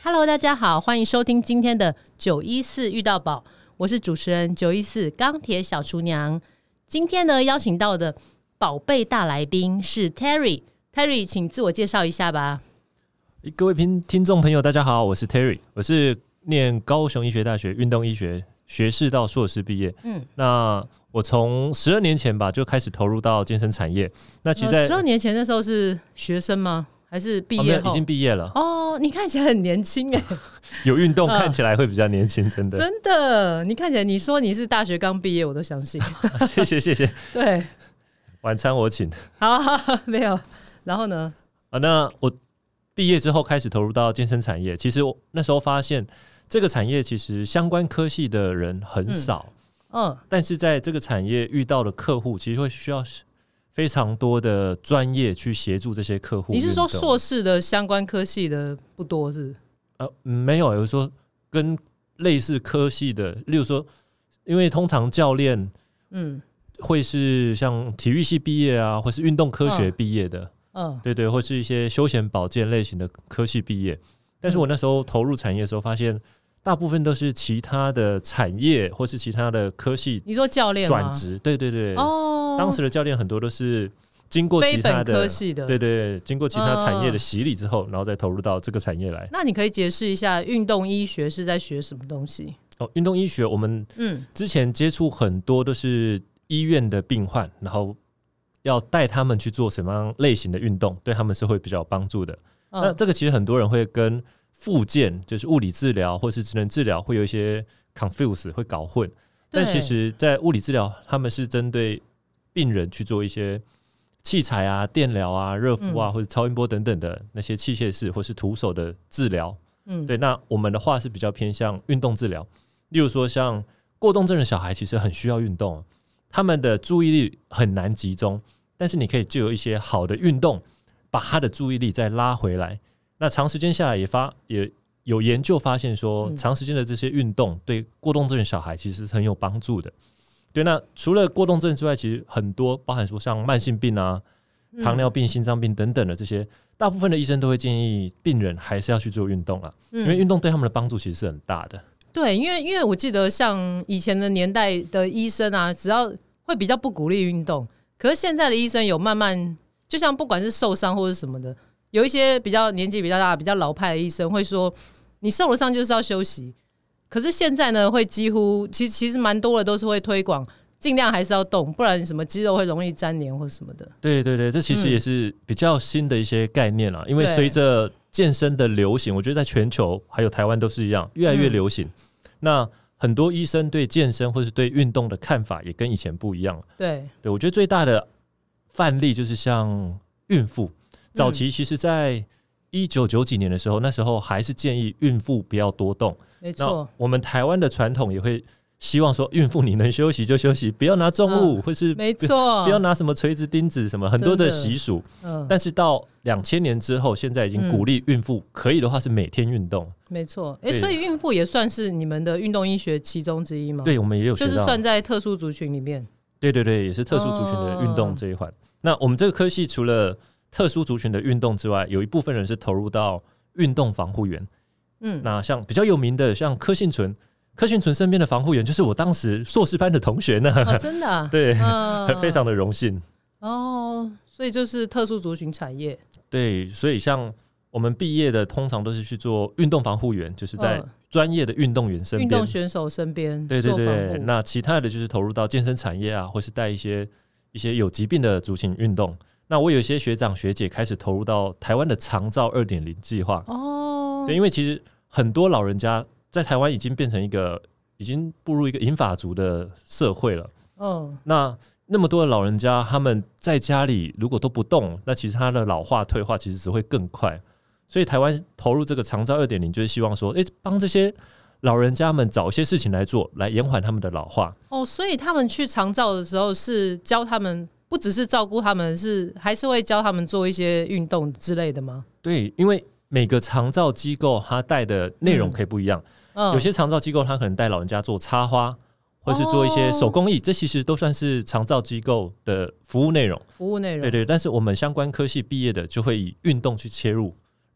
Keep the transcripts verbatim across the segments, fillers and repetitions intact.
Hello， 大家好，欢迎收听今天的九一四遇到宝，我是主持人九一四钢铁小厨娘。今天呢，邀请到的宝贝大来宾是 Terry，Terry， 请自我介绍一下吧。 各位听听众朋友，大家好，我是 Terry， 我是念高雄医学大学运动医学学士到硕士毕业。嗯，那我从十二年前吧就开始投入到健身产业。那其实在十二年前那时候是学生吗？还是毕业后？ 哦、已经毕业了。 哦，你看起来很年轻哎。 有运动看起来会比较年轻，真的。 真的，你看起来，你说你是大学刚毕业，我都相信。 谢谢谢谢。 对， 晚餐我请。 好，好，没有。然后呢？ 啊，那我毕业之后开始投入到健身产业。其实我那时候发现，这个产业其实相关科系的人很少。嗯。嗯，但是在这个产业遇到的客户，其实会需要非常多的专业去协助这些客户。 你是说硕士的相关科系的不多是？ 呃，没有，有说跟类似科系的，例如说，因为通常教练，嗯，会是像体育系毕业啊，或是运动科学毕业的，嗯，嗯对对，或是一些休闲保健类型的科系毕业。但是我那时候投入产业的时候，发现大部分都是其他的产业或是其他的科系。 你说教练转职？对对对。哦，当时的教练很多都是经过其他的非本科系的， 对对，经过其他产业的洗礼之后，嗯，然后再投入到这个产业来。 那你可以解释一下运动医学是在学什么东西？ 哦，运动医学我们之前接触很多都是医院的病患，然后要带他们去做什么样类型的运动，对他们是会比较有帮助的。嗯，那这个其实很多人会跟复健，就是物理治疗或是职能治疗会有一些 confuse， 会搞混。但其实在物理治疗他们是针对病人去做一些器材啊、电疗啊、热敷啊，嗯，或者超音波等等的那些器械式或是徒手的治疗。嗯，对。那我们的话是比较偏向运动治疗，例如说像过动症的小孩，其实很需要运动，他们的注意力很难集中，但是你可以就有一些好的运动，把他的注意力再拉回来。那长时间下来也发也有研究发现说，长时间的这些运动对过动症的小孩其实是很有帮助的。对，那除了过动症之外，其实很多包含说像慢性病啊、糖尿病、心脏病等等的这些，大部分的医生都会建议病人还是要去做运动啦，嗯，因为运动对他们的帮助其实是很大的。 对，因为因为我记得像以前的年代的医生啊，只要会比较不鼓励运动，可是现在的医生有慢慢，就像不管是受伤或是什么的，有一些比较年纪比较大、比较老派的医生会说，你受了伤就是要休息。可是现在呢，会几乎其实其实蛮多的都是会推广，尽量还是要动，不然什么肌肉会容易粘连或什么的。 对对对，这其实也是比较新的一些概念啦，嗯，因为随着健身的流行，我觉得在全球还有台湾都是一样，越来越流行。嗯，那很多医生对健身或是对运动的看法也跟以前不一样了。 对对， 我觉得最大的范例就是像孕妇，早期其实在一九九几年的时候，那时候还是建议孕妇不要多动。 没错， 我们台湾的传统也会希望说，孕妇你能休息就休息，不要拿重物，嗯，或是没错， 不要拿什么锤子、钉子什么，很多的习俗。嗯，但是到两千年之后，现在已经鼓励孕妇，嗯，可以的话是每天运动。 没错，哎，所以孕妇也算是你们的运动医学其中之一吗？ 对，我们也有学到， 就是算在特殊族群里面。 对对对，也是特殊族群的运动这一环。哦，那我们这个科系除了特殊族群的运动之外，有一部分人是投入到运动防护员。嗯，那像比较有名的，像柯信纯，柯信纯身边的防护员就是我当时硕士班的同学呢。 哦，真的，啊？ 对，嗯，非常的荣幸。 哦，所以就是特殊族群产业。 对，所以像我们毕业的，通常都是去做运动防护员，就是在专业的运动员身边，运动选手身边。 对对对，那其他的就是投入到健身产业啊，或是带一些一些有疾病的族群运动。那我有一些学长学姐开始投入到台湾的长照 二点零 计划。哦，对，因为其实很多老人家在台湾已经变成一个已经步入一个银发族的社会了。哦，那那么多的老人家，他们在家里如果都不动，那其实他的老化退化其实只会更快。所以台湾投入这个长照 二点零， 就是希望说，哎，帮这些老人家们找一些事情来做，来延缓他们的老化。 哦，所以他们去长照的时候是教他们。不只是照顾他们，是还是会教他们做一些运动之类的吗？ 对，因为每个长照机构它带的内容可以不一样。嗯嗯，有些长照机构它可能带老人家做插花，或是做一些手工艺，哦，这其实都算是长照机构的服务内容。 服务内容， 对对。但是我们相关科系毕业的就会以运动去切入，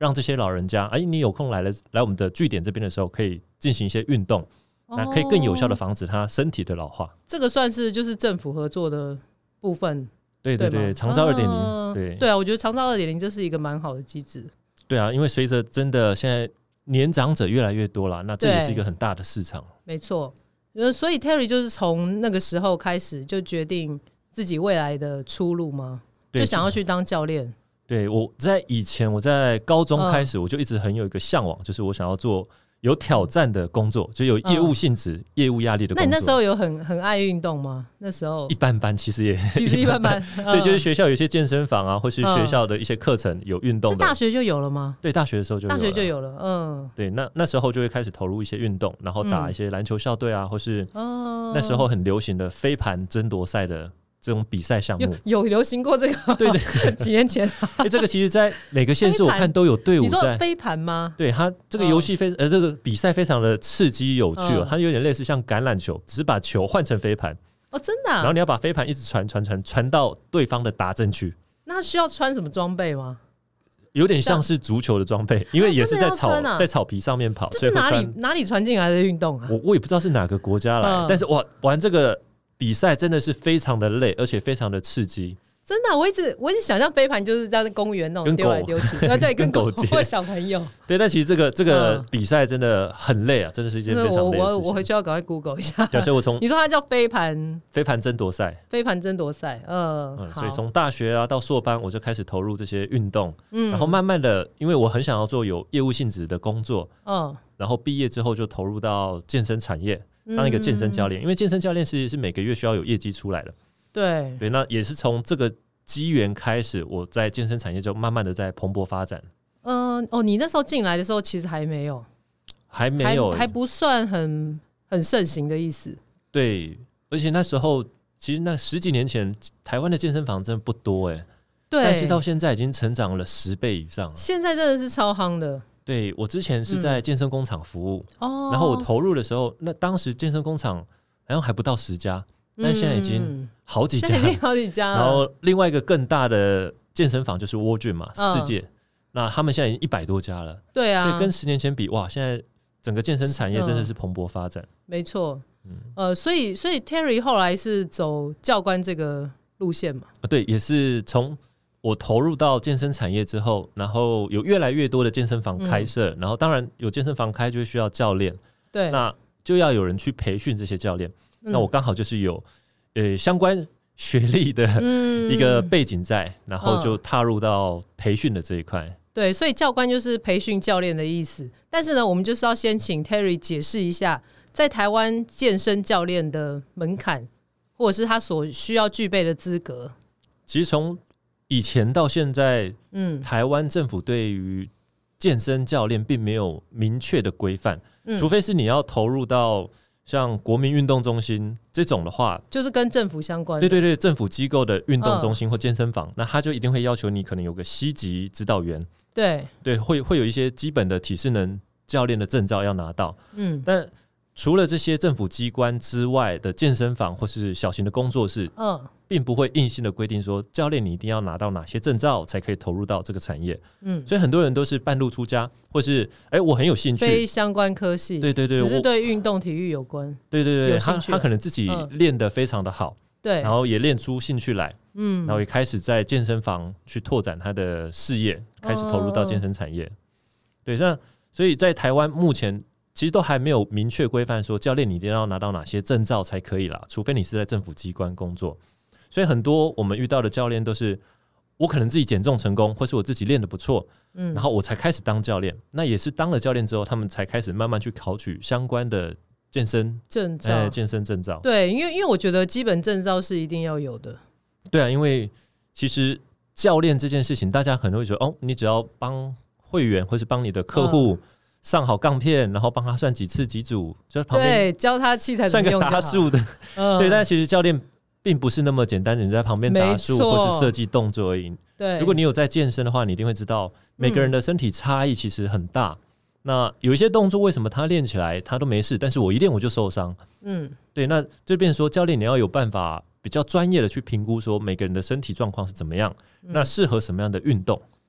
让这些老人家，哎，你有空来了来我们的据点这边的时候，可以进行一些运动，那可以更有效的防止他身体的老化。 这个算是就是政府合作的部分。 对对对，长照 二点零， 对对啊，我觉得长照 二点零 这是一个蛮好的机制。 对啊，因为随着真的现在年长者越来越多了，那这也是一个很大的市场。 没错，所以 Terry 就是从那个时候开始就决定自己未来的出路吗？就想要去当教练。 对，我在以前我在高中开始，我就一直很有一个向往，就是我想要做有挑战的工作，就有业务性质、嗯、业务压力的工作。 那你那时候有很很爱运动吗？那时候一般般，其实也其实一般般。 对，就是学校有一些健身房啊，或是学校的一些课程有运动的。 是大学就有了吗？ 对，大学的时候就有了。 大学就有了，嗯。 对，那那时候就会开始投入一些运动，然后打一些篮球校队啊，嗯、或是那时候很流行的飞盘争夺赛的这种比赛项目。 有, 有流行过这个？ 对对， 几年前。 欸、这个其实，在每个县市我看都有队伍在。 你说飞盘吗？ 对，它这个游戏非、哦、呃，这个比赛非常的刺激有趣哦，嗯、它有点类似像橄榄球，只是把球换成飞盘。 哦，真的、啊？ 然后你要把飞盘一直传传传传到对方的达阵区。 那需要穿什么装备吗？ 有点像是足球的装备，因为也是在草、啊、在草皮上面跑。 这是哪里哪里传进来的运动啊？ 我我也不知道是哪个国家来，嗯、但是哇，玩这个比赛真的是非常的累，而且非常的刺激。 真的、啊，我一直我一直想象飞盘就是在公园那种丢来丢去，对对，跟狗或小朋友。 对，但其实这个这个比赛真的很累啊，真的是一件非常累的事情。 我我回去要赶快 Google 一下。 对，所以我从你说它叫飞盘飞盘争夺赛， 飞盘争夺赛，呃、嗯， 所以从大学啊到硕班，我就开始投入这些运动，嗯，然后慢慢的，因为我很想要做有业务性质的工作，嗯，然后毕业之后就投入到健身产业，当一个健身教练，嗯、因为健身教练其实是每个月需要有业绩出来的， 对对， 那也是从这个机缘开始，我在健身产业就慢慢的在蓬勃发展。 嗯、呃，哦，你那时候进来的时候其实还没有， 还没有， 还, 还不算很很盛行的意思。 对，而且那时候其实那十几年前，台湾的健身房真的不多哎、欸， 对， 但是到现在已经成长了十倍以上。 现在真的是超夯的。 对，我之前是在健身工厂服务， 嗯、 然后我投入的时候，那当时健身工厂好像还不到十家。但现在已经好几家， 现在已经好几家了。 然后另外一个更大的健身房就是 World Gym 嘛，嗯、世界。那他们现在已经一百多家了。 对啊， 所以跟十年前比，哇，现在整个健身产业真的是蓬勃发展。嗯、 没错，嗯，呃，所以所以 Terry 后来是走教官这个路线嘛？ 对，也是从我投入到健身产业之后，然后有越来越多的健身房开设，嗯、然后当然有健身房开就会需要教练， 对， 那就要有人去培训这些教练。那我刚好就是有呃相关学历的一个背景在，嗯、然后就踏入到培训的这一块。 对，所以教官就是培训教练的意思。但是呢，我们就是要先请 Terry 解释一下，在台湾健身教练的门槛，或者是他所需要具备的资格。 其实从以前到现在，嗯，台湾政府对于健身教练并没有明确的规范，嗯、除非是你要投入到像国民运动中心这种的话， 就是跟政府相关的。 对对对，政府机构的运动中心或健身房，嗯、那他就一定会要求你可能有个 C 级指导员。 对对，会会有一些基本的体适能教练的证照要拿到。嗯，但除了这些政府机关之外的健身房或是小型的工作室，嗯，并不会硬性的规定说教练你一定要拿到哪些证照才可以投入到这个产业。嗯，所以很多人都是半路出家，或是哎、欸、我很有兴趣， 非相关科系， 对对对， 只是对运动体育有关。 对对对，他他可能自己练得非常的好，对、嗯，然后也练出兴趣来，嗯，然后也开始在健身房去拓展他的事业，开始投入到健身产业。哦、对，这样，所以在台湾目前其实都还没有明确规范说教练你一定要拿到哪些证照才可以啦，除非你是在政府机关工作。所以很多我们遇到的教练都是我可能自己减重成功，或是我自己练得不错，嗯，然后我才开始当教练。那也是当了教练之后，他们才开始慢慢去考取相关的健身证照、 哎，健身证照。 对，因为因为我觉得基本证照是一定要有的。 对啊，因为其实教练这件事情，大家可能会觉得哦，你只要帮会员或是帮你的客户、嗯上好杠片，然后帮他算几次几组，就旁边对教他器材怎么用就好， 算个达数的，嗯、对。但其实教练并不是那么简单，你在旁边达数或是设计动作而已。 对， 如果你有在健身的话，你一定会知道每个人的身体差异其实很大。嗯、那有一些动作为什么他练起来他都没事，但是我一练我就受伤。嗯，对。那这边说教练你要有办法比较专业的去评估说每个人的身体状况是怎么样，嗯、那适合什么样的运动。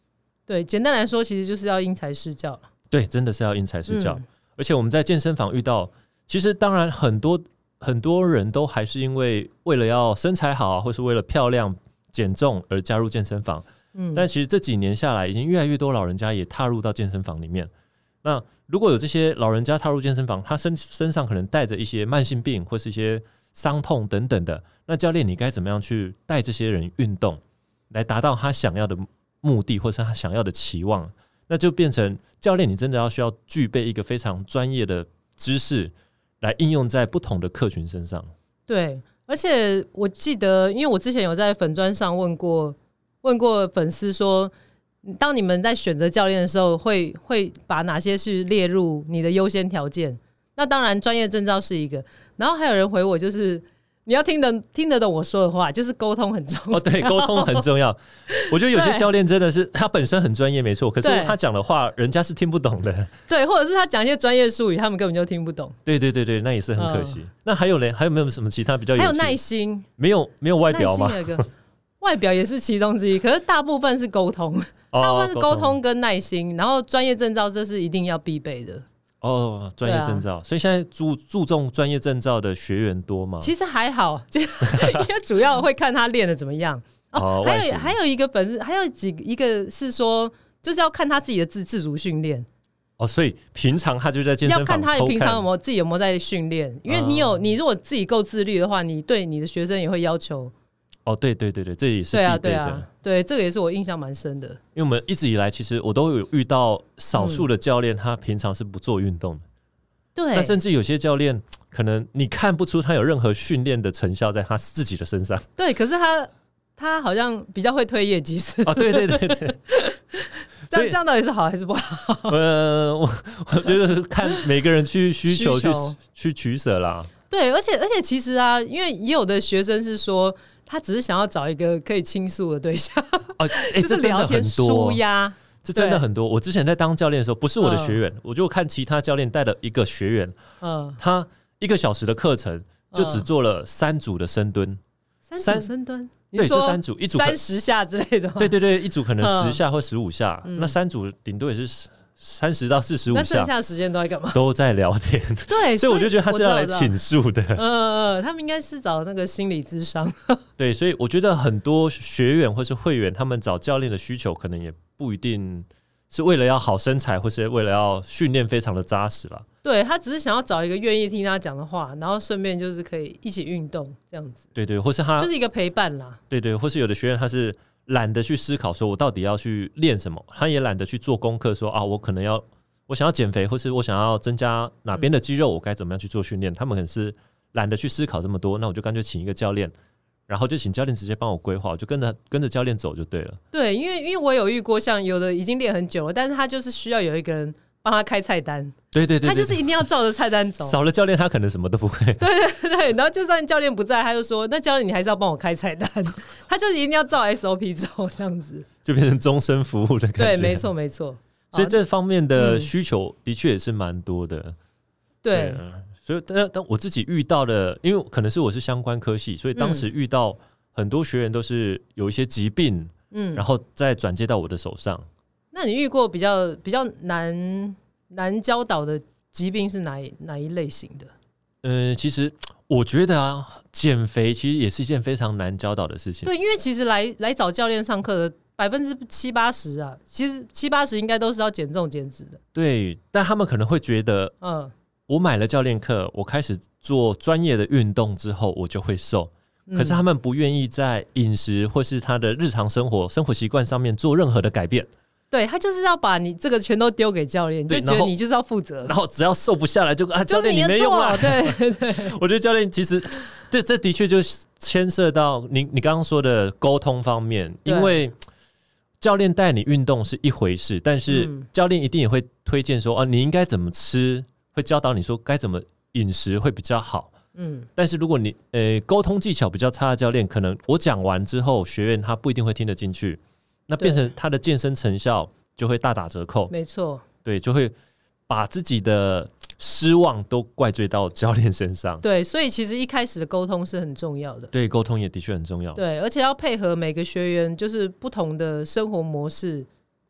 对，简单来说，其实就是要因材施教了。 对，真的是要因材施教。嗯、而且我们在健身房遇到，其实当然很多很多人都还是因为为了要身材好、啊，或是为了漂亮减重而加入健身房。嗯，但其实这几年下来，已经越来越多老人家也踏入到健身房里面。那如果有这些老人家踏入健身房，他身身上可能带着一些慢性病或是一些伤痛等等的，那教练你该怎么样去带这些人运动，来达到他想要的目的或是他想要的期望？那就变成教练你真的要需要具备一个非常专业的知识，来应用在不同的客群身上。 对，而且我记得，因为我之前有在粉专上问过。问过粉丝说，当你们在选择教练的时候，会会把哪些是列入你的优先条件？那当然，专业证照是一个。然后还有人回我，就是你要听得听得懂我说的话，就是沟通很重要。 哦，对，沟通很重要。我觉得有些教练真的是他本身很专业，没错，可是他讲的话，人家是听不懂的。 对，或者是他讲一些专业术语，他们根本就听不懂。 对对对对，那也是很可惜。嗯、那还有呢？还有没有什么其他比较有趣？ 还有耐心， 没有没有外表吗？ 外表也是其中之一，可是大部分是沟通，哦、大部分是沟通跟耐心，然后专业证照这是一定要必备的。 哦，专业证照，啊、所以现在注注重专业证照的学员多吗？ 其实还好，就因为主要会看他练的怎么样。哦，哦还有还有一个粉丝，还有几一个是说，就是要看他自己的自自主训练。 哦，所以平常他就在健身房要看他平常有没有自己有没有在训练，因为你有、嗯、你如果自己够自律的话，你对你的学生也会要求。 哦，对对对对，这也是必备的。对啊，对啊， 对，这个也是我印象蛮深的。 因为我们一直以来，其实我都有遇到少数的教练，他平常是不做运动的。 对， 那甚至有些教练，可能你看不出他有任何训练的成效在他自己的身上。 对，可是他他好像比较会推业绩是。 哦，对对对对。 这样这样到底是好还是不好？ 呃，我我觉得看每个人去需求去去取舍啦。 对，而且而且其实啊，因为也有的学生是说，他只是想要找一个可以倾诉的对象，哦欸、就是聊天舒压。 这真的很多。我之前在当教练的时候，不是我的学员，嗯、我就看其他教练带的一个学员，嗯，他一个小时的课程就只做了三组的深蹲， 嗯、三组深蹲。 对，就三组，一组三十下之类的。 对对对，一组可能十下或十五下，嗯、那三组顶多也是三十到四十五下。 那剩下的时间都在干嘛？ 都在聊天。 对， 所以我就觉得他是要来倾诉的。 嗯嗯，他们应该是找那个心理咨商。 对，所以我觉得很多学员或是会员，他们找教练的需求，可能也不一定是为了要好身材，或是为了要训练非常的扎实啦。 对，他只是想要找一个愿意听他讲的话，然后顺便就是可以一起运动这样子。 对对，或是他就是一个陪伴啦。 对对，或是有的学员他是懒得去思考，说我到底要去练什么，他也懒得去做功课，说啊，我可能要我想要减肥，或是我想要增加哪边的肌肉，我该怎么样去做训练？他们可能是懒得去思考这么多，那我就干脆请一个教练。然后就请教练直接帮我规划，我就跟着跟着教练走就对了。对， 因为因为我有遇过，像有的已经练很久了，但是他就是需要有一个人帮他开菜单。 对对 对, 对， 他就是一定要照着菜单走。 少了教练，他可能什么都不会。 对对对，然后就算教练不在，他就说：“那教练你还是要帮我开菜单。”他就是一定要照 S O P 走，这样子就变成终身服务的感觉。 对，没错没错。 所以这方面的需求的确也是蛮多的。嗯、 对。 对所以但但我自己遇到的，因为可能是我是相关科系，所以当时遇到很多学员都是有一些疾病，嗯，然后再转接到我的手上。 那你遇过比较比较难难教导的疾病是哪一哪一类型的？ 呃，其实我觉得啊，减肥其实也是一件非常难教导的事情。 对，因为其实来来找教练上课的百分之七八十啊，其实七八十应该都是要减重减脂的。 对，但他们可能会觉得，嗯。我买了教练课，我开始做专业的运动之后，我就会瘦。嗯、可是他们不愿意在饮食或是他的日常生活、生活习惯上面做任何的改变。 对，他就是要把你这个全都丢给教练，就觉得你就是要负责。 然后只要瘦不下来就，就啊，教练你没用了。 对对， 我觉得教练其实，对，这的确就牵涉到你你刚刚说的沟通方面，因为教练带你运动是一回事，但是教练一定也会推荐说，啊，你应该怎么吃。会教导你说该怎么饮食会比较好，嗯，但是如果你呃沟通技巧比较差的教练，可能我讲完之后，学员他不一定会听得进去，那变成他的健身成效就会大打折扣。 没错， 对，就会把自己的失望都怪罪到教练身上。 对，所以其实一开始的沟通是很重要的。 对，沟通也的确很重要。 对，而且要配合每个学员就是不同的生活模式。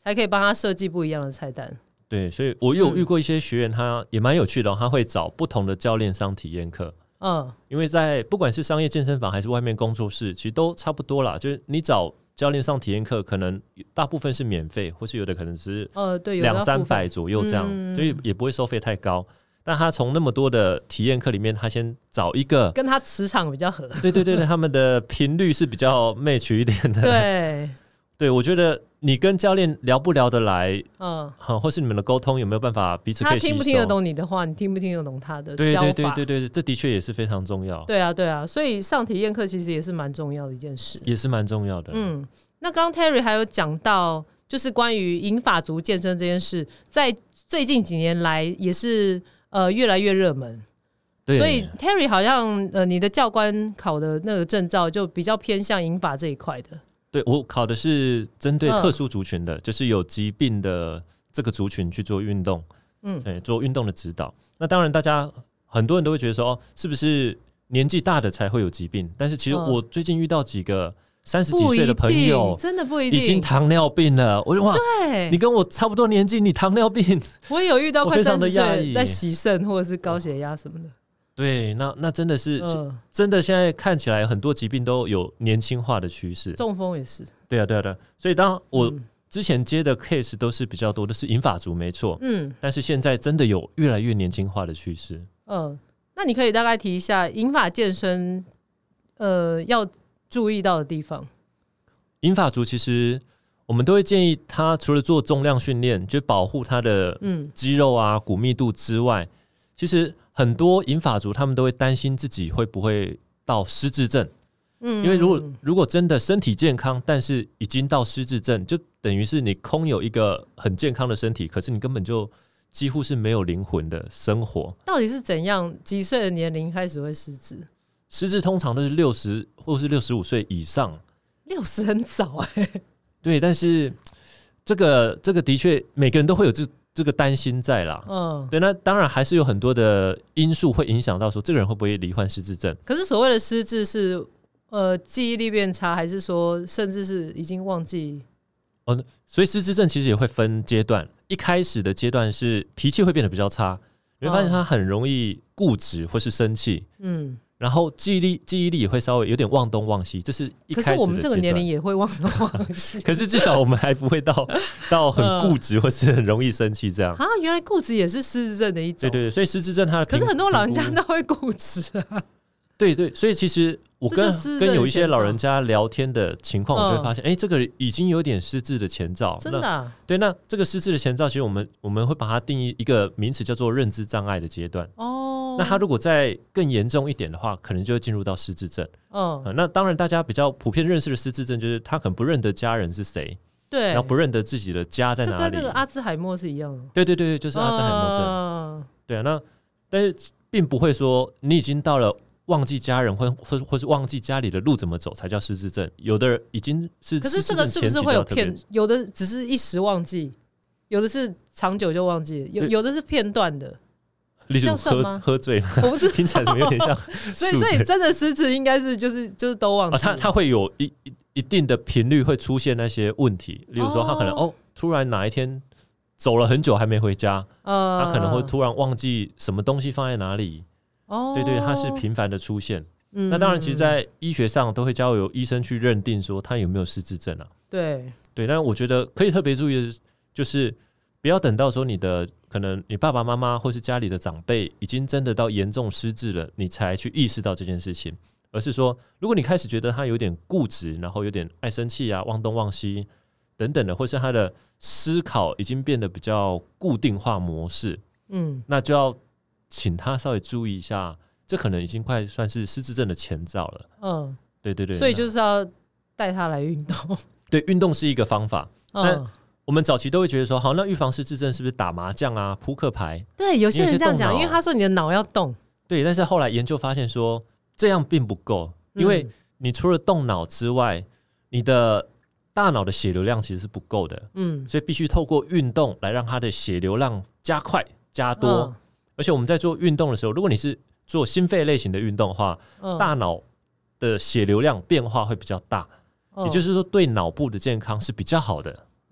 才可以帮他设计不一样的菜单。 对，所以我有遇过一些学员，他也蛮有趣的、哦，他会找不同的教练上体验课。嗯，因为在不管是商业健身房还是外面工作室，其实都差不多啦。就是你找教练上体验课，可能大部分是免费，或是有的可能是呃对两三百左右这样，嗯、所以也不会收费太高。但他从那么多的体验课里面，他先找一个跟他磁场比较合， 对对对对，他们的频率是比较 match 一点的。 对对，我觉得你跟教练聊不聊得来，嗯，或是你们的沟通有没有办法彼此可以吸收？ 他听不听得懂你的话，你听不听得懂他的教法？ 对对对对对，这的确也是非常重要。 对啊对啊，所以上体验课其实也是蛮重要的一件事， 也是蛮重要的。 嗯，那刚刚 Terry 还有讲到，就是关于银发族健身这件事，在最近几年来也是。呃，越来越热门，所以 Terry 好像呃，你的教官考的那个证照就比较偏向银发这一块的。 对，我考的是针对特殊族群的，嗯、就是有疾病的这个族群去做运动，嗯，对，做运动的指导。那当然，大家很多人都会觉得说，哦，是不是年纪大的才会有疾病？但是其实我最近遇到几个三十几岁的朋友， 真的不一定已经糖尿病了。我就哇， 对， 你跟我差不多年纪，你糖尿病， 我也有遇到快三十岁在洗肾或者是高血压什么的。 对，那那真的是、嗯、真的，现在看起来很多疾病都有年轻化的趋势， 中风也是。 对啊，对啊，对啊。所以当我之前接的 case 都是比较多的是银发族，没错，嗯，但是现在真的有越来越年轻化的趋势。 嗯，那你可以大概提一下银发健身，呃，要注意到的地方。 银发族其实我们都会建议他除了做重量训练，就保护他的肌肉啊、骨密度之外，其实很多银发族他们都会担心自己会不会到失智症。嗯，因为如果如果真的身体健康，但是已经到失智症，就等于是你空有一个很健康的身体，可是你根本就几乎是没有灵魂的生活。 到底是怎样几岁的年龄开始会失智？ 失智通常都是六十或是六十五岁以上。 六十很早哎、欸。 对，但是这个这个的确每个人都会有这这个担心在啦。嗯，对，那当然还是有很多的因素会影响到说这个人会不会罹患失智症。 可是所谓的失智是呃记忆力变差，还是说甚至是已经忘记？ 哦，所以失智症其实也会分阶段。一开始的阶段是脾气会变得比较差，你会发现他很容易固执或是生气。嗯。然后记忆力记忆力也会稍微有点忘东忘西，这是一开始的阶段。 可是我们这个年龄也会忘东忘西。 可是至少我们还不会到到很固执或是很容易生气这样。 啊，原来固执也是失智症的一种。 对对对，所以失智症它的可是很多老人家都会固执啊。 对对，所以其实我跟跟有一些老人家聊天的情况，我就会发现，哎、嗯，这个已经有点失智的前兆。 真的、啊？ 对，那这个失智的前兆，其实我们我们会把它定义一个名词，叫做认知障碍的阶段。哦，那它如果再更严重一点的话，可能就会进入到失智症。嗯、呃，那当然，大家比较普遍认识的失智症，就是他可能不认得家人是谁， 对， 然后不认得自己的家在哪里。这跟那个阿兹海默是一样的。 对对对，就是阿兹海默症。嗯、对啊，那但是并不会说你已经到了。忘记家人或或或是忘记家里的路怎么走才叫失智症，有的人已经是失智症前期就要特别。可是这个是不是会有片？ 有的只是一时忘记，有的是长久就忘记，有有的是片段的。 例如喝喝醉， 我不知道听起来怎么有点像。 所以所以真的失智应该是就是就是都忘记。 啊、他他会有一一定的频率会出现那些问题，例如说他可能 哦, 哦突然哪一天走了很久还没回家，呃、他可能会突然忘记什么东西放在哪里。哦，对对，它是频繁的出现。嗯，那当然，其实，在医学上都会交由医生去认定说他有没有失智症啊。 对对，但我觉得可以特别注意的就是，不要等到说你的可能你爸爸妈妈或是家里的长辈已经真的到严重失智了，你才去意识到这件事情，而是说，如果你开始觉得他有点固执，然后有点爱生气啊、忘东忘西等等的，或是他的思考已经变得比较固定化模式，嗯，那就要。请他稍微注意一下，这可能已经快算是失智症的前兆了。嗯，对对对， 所以就是要带他来运动。 对，运动是一个方法。嗯，那我们早期都会觉得说，好，那预防失智症是不是打麻将啊、扑克牌？ 对，有些人这样讲，因为他说你的脑要动。 对，但是后来研究发现说，这样并不够，因为你除了动脑之外，你的大脑的血流量其实是不够的。嗯，所以必须透过运动来让他的血流量加快、加多。嗯，而且我们在做运动的时候，如果你是做心肺类型的运动的话，嗯、大脑的血流量变化会比较大，嗯、也就是说对脑部的健康是比较好的。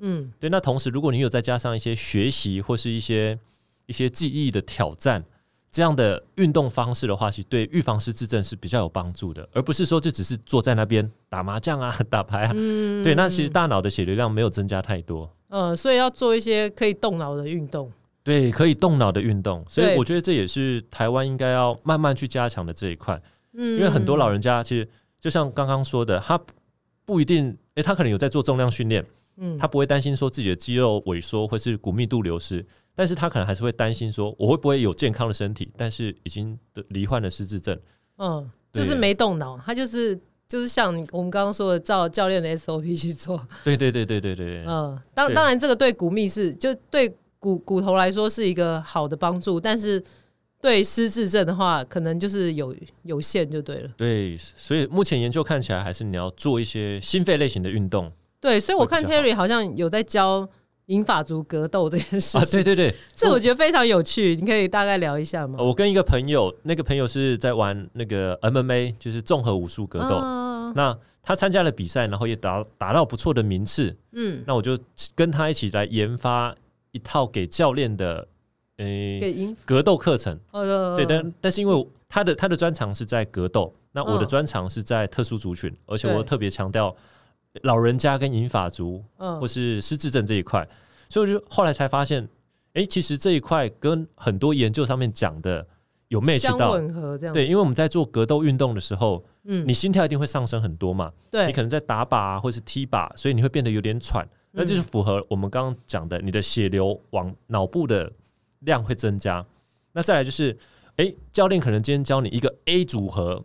嗯，对。那同时，如果你有再加上一些学习或是一些一些记忆的挑战，这样的运动方式的话，其实对预防失智症是比较有帮助的，而不是说就只是坐在那边打麻将啊、打牌啊。嗯，对，那其实大脑的血流量没有增加太多。 呃，所以要做一些可以动脑的运动。 对，可以动脑的运动，所以我觉得这也是台湾应该要慢慢去加强的这一块。嗯，因为很多老人家其实就像刚刚说的，他不一定，欸、他可能有在做重量训练，嗯，他不会担心说自己的肌肉萎缩或是骨密度流失，但是他可能还是会担心说，我会不会有健康的身体，但是已经罹患了失智症。 嗯，就是没动脑，他就是就是像我们刚刚说的，照教练的 S O P 去做。 对对对对对对。 嗯，当当然这个对骨密是就对骨骨头来说是一个好的帮助，但是对失智症的话，可能就是有有限就对了。 对，所以目前研究看起来，还是你要做一些心肺类型的运动。 对，所以我看 Terry 好像有在教银发族格斗这件事情。啊， 对对对， 这我觉得非常有趣，你可以大概聊一下吗？ 我跟一个朋友，那个朋友是在玩那个 M M A， 就是综合武术格斗。啊，那他参加了比赛，然后也达达到不错的名次。嗯，那我就跟他一起来研发一套给教练的诶格斗课程。哦，对，但但是因为他的他的专长是在格斗，那我的专长是在特殊族群，哦，而且我特别强调老人家跟银发族，哦，或是失智症这一块，所以我就后来才发现，哎，其实这一块跟很多研究上面讲的有 match 到， 相吻合这样子。 对，因为我们在做格斗运动的时候，嗯，你心跳一定会上升很多嘛，对，你可能在打靶啊，或是踢靶，所以你会变得有点喘。那就是符合我们刚刚讲的，你的血流往脑部的量会增加。那再来就是，哎，教练可能今天教你一个 A 组合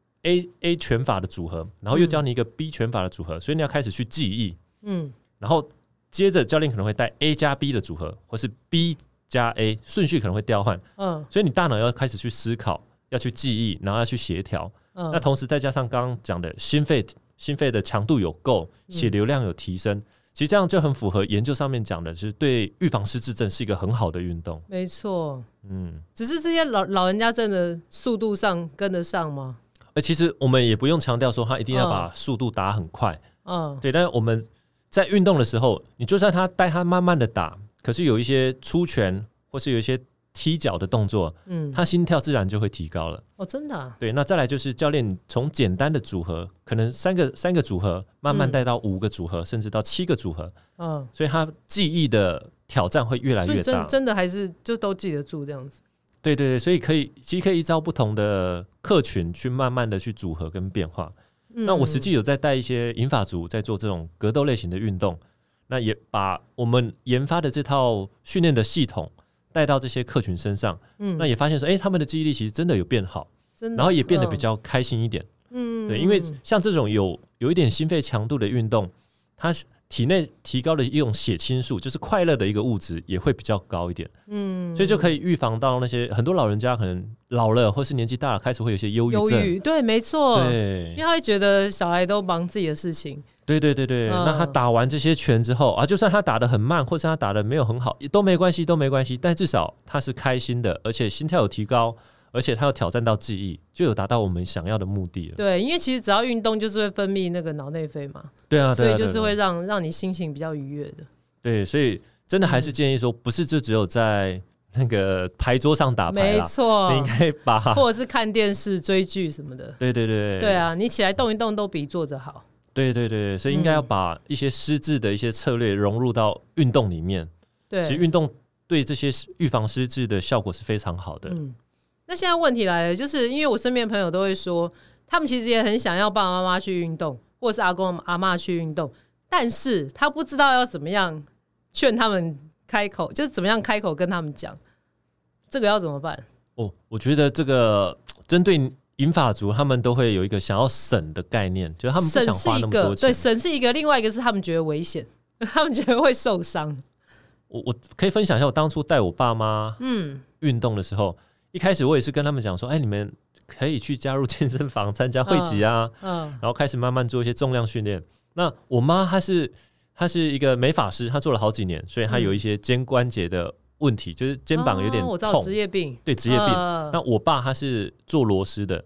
，A A 拳法的组合，然后又教你一个 B 拳法的组合，嗯，所以你要开始去记忆。嗯，然后接着教练可能会带 A 加 B 的组合，或是 B 加 A， 顺序可能会调换。嗯，所以你大脑要开始去思考，要去记忆，然后要去协调。嗯，那同时再加上刚刚讲的心肺心肺的强度有够，血流量有提升。嗯，其实这样就很符合研究上面讲的，就是对预防失智症是一个很好的运动。 没错，嗯，只是这些老老人家真的速度上跟得上吗？ 而其实我们也不用强调说他一定要把速度打很快，嗯，对。但是我们在运动的时候，你就算他带他慢慢的打，可是有一些出拳或是有一些踢脚的动作，嗯，他心跳自然就会提高了。 哦，真的啊？ 对，那再来就是教练从简单的组合，可能三个三个组合，慢慢带到五个组合，嗯，甚至到七个组合，嗯，所以他记忆的挑战会越来越大。 所以 真, 真的还是就都记得住这样子。 对对对，所以可以其实可以依照不同的客群去慢慢的去组合跟变化。嗯，那我实际有在带一些银发族在做这种格斗类型的运动，那也把我们研发的这套训练的系统带到这些客群身上，嗯，那也发现说，哎，他们的记忆力其实真的有变好，真的，然后也变得比较开心一点，嗯，对，因为像这种有有一点心肺强度的运动，它体内提高的一种血清素，就是快乐的一个物质，也会比较高一点，嗯，所以就可以预防到那些很多老人家可能老了或是年纪大了，开始会有一些忧郁症，忧郁， 对，没错， 对， 因为他会觉得小孩都忙自己的事情。 对对对对，嗯，那他打完这些拳之后啊，就算他打得很慢，或是他打得没有很好，都没关系，都没关系。但至少他是开心的，而且心跳有提高，而且他有挑战到记忆，就有达到我们想要的目的了。 对，因为其实只要运动，就是会分泌那个脑内啡嘛。 对啊， 所以就是会让让你心情比较愉悦的。 对，所以真的还是建议说，不是就只有在那个牌桌上打牌啦， 没错， 你应该把或者是看电视、追剧什么的。 对对对， 对啊，你起来动一动都比坐着好。 对对对，所以应该要把一些失智的一些策略融入到运动里面。对，其实运动对这些预防失智的效果是非常好的。嗯， 那现在问题来了，就是因为我身边的朋友都会说，他们其实也很想要爸爸妈妈去运动，或者是阿公阿嬷去运动，但是他不知道要怎么样劝他们开口，就是怎么样开口跟他们讲，这个要怎么办？ 哦，我觉得这个针对银发族，他们都会有一个想要省的概念，就是他们不想花那么多钱。 对，省是一个，另外一个是他们觉得危险，他们觉得会受伤。 我我可以分享一下，我当初带我爸妈嗯运动的时候，一开始我也是跟他们讲说，哎，你们可以去加入健身房参加会籍啊，嗯，嗯然后开始慢慢做一些重量训练。那我妈她是她是一个美发师，她做了好几年，所以她有一些肩关节的问题，就是肩膀有点痛， 哦，我知道职业病， 对职业病。呃、那我爸他是做螺丝的，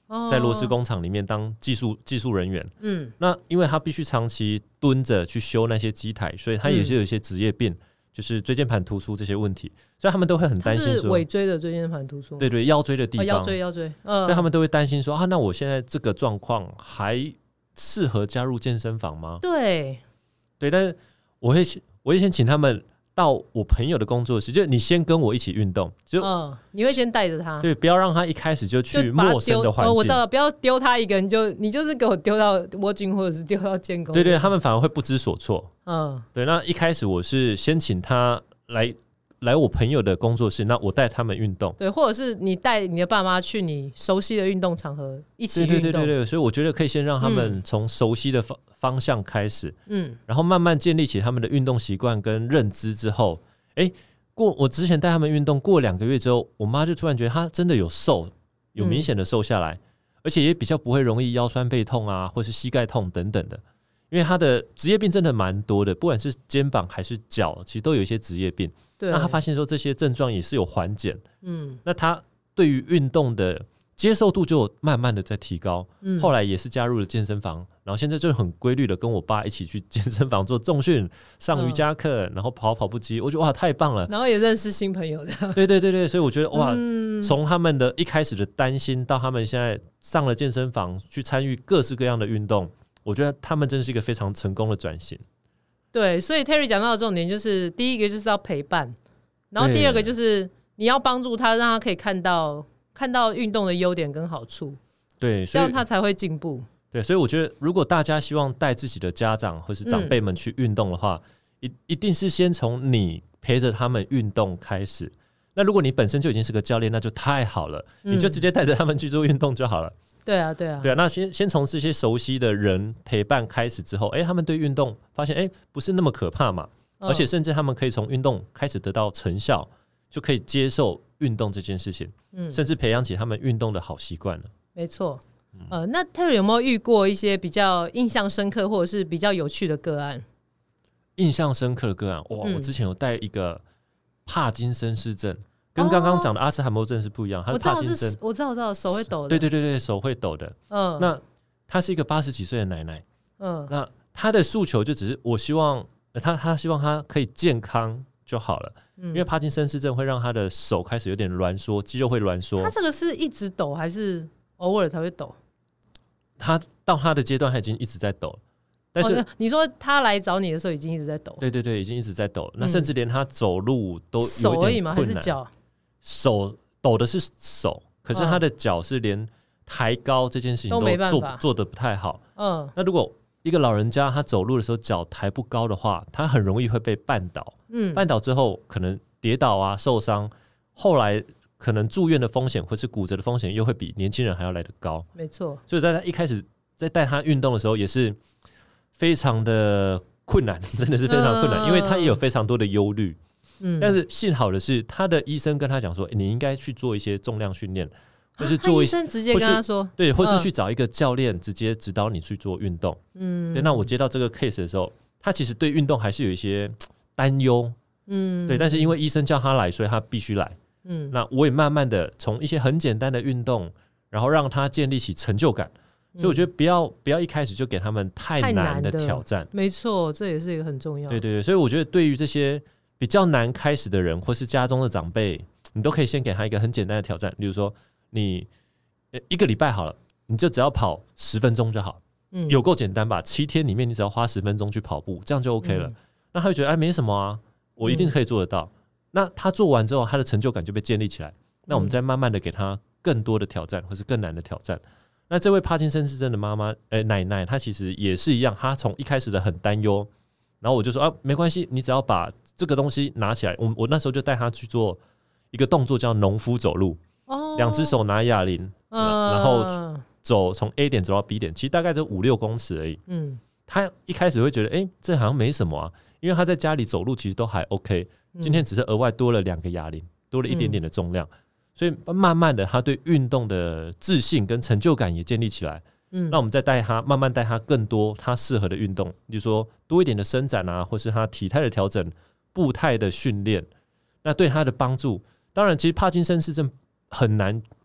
在螺丝工厂里面当技术技术人员。嗯，那因为他必须长期蹲着去修那些机台，所以他也是有一些职业病，嗯、就是椎间盘突出这些问题，所以他们都会很担心说， 是尾椎的椎间盘突出， 对对，腰椎的地方， 哦、腰椎腰椎、呃， 所以他们都会担心说啊，那我现在这个状况还适合加入健身房吗？ 对对，但是我会我会先请他们到我朋友的工作室，就你先跟我一起运动，就、 嗯、你会先带着他， 对，不要让他一开始就去陌生的环境。 哦、我知道了，不要丢他一个人，就你就是给我丢到蜗菌或者是丢到建工。 对对，他们反而会不知所措。 嗯， 对，那一开始我是先请他来来我朋友的工作室，那我带他们运动， 对，或者是你带你的爸妈去你熟悉的运动场合一起运动。 对对对对对，所以我觉得可以先让他们从熟悉的方、嗯、方向开始，嗯，然后慢慢建立起他们的运动习惯跟认知之后。哎，过我之前带他们运动，过两个月之后，我妈就突然觉得她真的有瘦，有明显的瘦下来，嗯、而且也比较不会容易腰酸背痛啊，或是膝盖痛等等的。因为她的职业病真的蛮多的，不管是肩膀还是脚，其实都有一些职业病。对，那她发现说这些症状也是有缓解，嗯，那她对于运动的接受度就慢慢的在提高，嗯，后来也是加入了健身房，然后现在就很规律的跟我爸一起去健身房做重训、上瑜伽课，嗯、然后跑跑步机，我觉得哇太棒了， 然后也认识新朋友的， 对对对对，所以我觉得哇，从、嗯、他们的一开始的担心到他们现在上了健身房去参与各式各样的运动，我觉得他们真是一个非常成功的转型。 对，所以 Terry 讲到的重点就是第一个就是要陪伴，然后第二个就是你要帮助他，让他可以看到。看到运动的优点跟好处， 对， 这样他才会进步。 对，所以我觉得，如果大家希望带自己的家长或是长辈们去运动的话，嗯、一一定是先从你陪着他们运动开始。那如果你本身就已经是个教练，那就太好了，嗯、你就直接带着他们去做运动就好了。 对啊，对啊， 对啊。那先先从这些熟悉的人陪伴开始之后，哎，他们对运动发现，哎，不是那么可怕嘛，嗯、而且甚至他们可以从运动开始得到成效，就可以接受运动这件事情。嗯、甚至培养起他们运动的好习惯了。 没错，呃，那 Terry 有没有遇过一些比较印象深刻或者是比较有趣的个案？ 印象深刻的个案，哇！嗯、我之前有带一个帕金森氏症，跟刚刚讲的阿兹海默症是不一样，他是帕金森， 我知道，我知道，手会抖的， 对对对对，手会抖的。嗯，那她是一个八十几岁的奶奶，嗯，那她的诉求就只是我希望，她她希望她可以健康就好了。因为帕金森氏症会让他的手开始有点挛缩，肌肉会挛缩。 他这个是一直抖还是偶尔才会抖？ 他到他的阶段他已经一直在抖，但是、哦、 你说他来找你的时候已经一直在抖？ 对对对，已经一直在抖。那甚至连他走路都有一点困难。手而已吗？还是脚？手抖的是手，可是他的脚是连抬高这件事情都做做得不太好。嗯，那如果一个老人家他走路的时候脚抬不高的话，他很容易会被绊倒。嗯，绊倒之后可能跌倒啊受伤，后来可能住院的风险或是骨折的风险又会比年轻人还要来得高。 没错， 所以在他一开始在带他运动的时候也是非常的困难，真的是非常困难，嗯、因为他也有非常多的忧虑。嗯，但是幸好的是他的医生跟他讲说，欸、你应该去做一些重量训练。或是做一些， 医生直接跟他说， 对，或是去找一个教练直接指导你去做运动。嗯，对。那我接到这个 case 的时候，他其实对运动还是有一些担忧。嗯，对。但是因为医生叫他来，所以他必须来。嗯，那我也慢慢的从一些很简单的运动，然后让他建立起成就感。所以我觉得不要不要一开始就给他们太难的挑战。 没错，这也是一个很重要的。 对对对，所以我觉得对于这些比较难开始的人，或是家中的长辈，你都可以先给他一个很简单的挑战，例如说。你一个礼拜好了，你就只要跑十分钟就好，嗯、有够简单吧？七天里面你只要花十分钟去跑步，这样就 OK 了。嗯、那他会觉得哎没什么啊，我一定可以做得到。嗯、那他做完之后，他的成就感就被建立起来。那我们再慢慢的给他更多的挑战，或是更难的挑战。那这位帕金森氏症的妈妈，哎奶奶，她其实也是一样，她从一开始的很担忧，然后我就说啊没关系，你只要把这个东西拿起来。我我那时候就带她去做一个动作叫农夫走路。两只手拿哑铃，呃、然后走从 A 点走到 B 点，其实大概就五六公尺而已。嗯，他一开始会觉得，哎、欸，这好像没什么啊，因为他在家里走路其实都还 OK，、嗯、今天只是额外多了两个哑铃，多了一点点的重量，嗯、所以慢慢的他对运动的自信跟成就感也建立起来。嗯，那我们再带他，慢慢带他更多他适合的运动，比如说多一点的伸展啊，或是他体态的调整、步态的训练，那对他的帮助，当然，其实帕金森氏症。很难，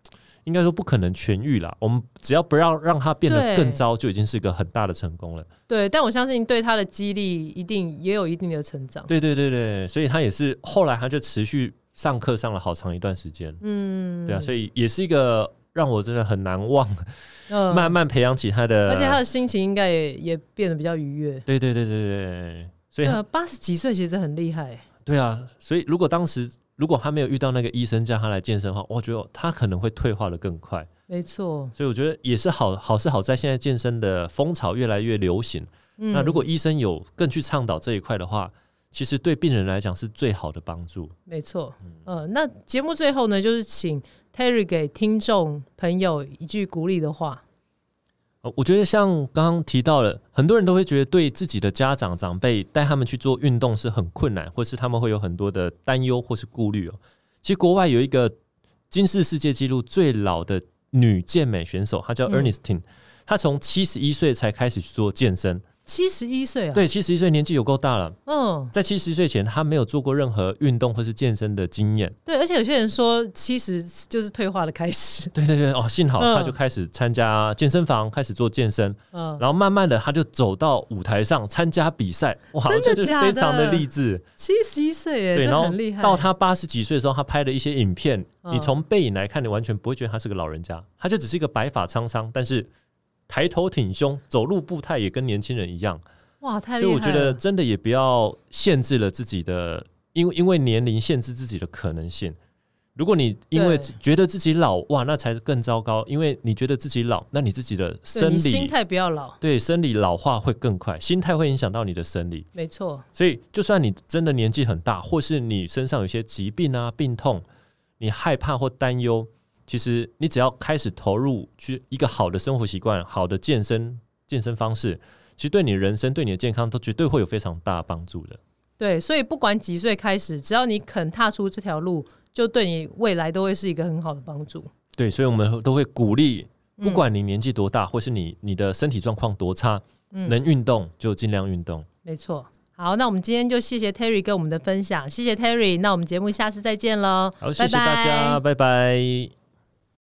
应该说不可能痊愈啦，我们只要不要让它变得更糟，就已经是一个很大的成功了。 对，但我相信对他的激励一定也有一定的成长。 对对对对，所以他也是后来他就持续上课上了好长一段时间。嗯，对啊，所以也是一个让我真的很难忘，嗯、慢慢培养起他的， 而且他的心情应该 也, 也变得比较愉悦。 对对对对对，所以八十几岁其实很厉害。 对啊，所以如果当时如果他没有遇到那个医生叫他来健身的话，我觉得他可能会退化的更快。 没错， 所以我觉得也是好好是好在现在健身的风潮越来越流行。嗯、那如果医生有更去倡导这一块的话，其实对病人来讲是最好的帮助。 没错，嗯、呃，那节目最后呢，就是请 Terry 给听众朋友一句鼓励的话。 我觉得像刚刚提到了，很多人都会觉得对自己的家长长辈带他们去做运动是很困难，或是他们会有很多的担忧或是顾虑哦。其实国外有一个金氏世界纪录最老的女健美选手，她叫 Ernestine，、嗯、她从七十一岁才开始去做健身。 七十一岁啊？ 对，七十一岁年纪有够大了。嗯，在七十岁前，她没有做过任何运动或是健身的经验。 对，而且有些人说七十就是退化的开始。 对对对，哦，幸好她就开始参加健身房，开始做健身。嗯，然后慢慢的，她就走到舞台上参加比赛。哇， 真的假的？ 非常的励志。 七十一岁耶， 对， 然后很厉害。 到她八十几岁的时候，她拍了一些影片，嗯、你从背影来看，你完全不会觉得她是个老人家，她就只是一个白发苍苍，但是抬头挺胸，走路步态也跟年轻人一样。 哇，太厉害了！ 所以我觉得真的也不要限制了自己的，因为因为年龄限制自己的可能性。如果你因为觉得自己老，哇，那才更糟糕。因为你觉得自己老，那你自己的生理心态不要老， 对，生理老化会更快，心态会影响到你的生理。 没错。 所以就算你真的年纪很大，或是你身上有些疾病啊、病痛，你害怕或担忧，其实你只要开始投入去一个好的生活习惯、好的健身健身方式。其实对你人生、对你的健康都绝对会有非常大的帮助的。 对，所以不管几岁开始，只要你肯踏出这条路，就对你未来都会是一个很好的帮助。 对，所以我们都会鼓励，不管你年纪多大，嗯、或是你你的身体状况多差，嗯、能运动就尽量运动。 没错。好，那我们今天就谢谢 Terry 跟我们的分享，谢谢 Terry。那我们节目下次再见喽， 好，谢谢大家，拜拜。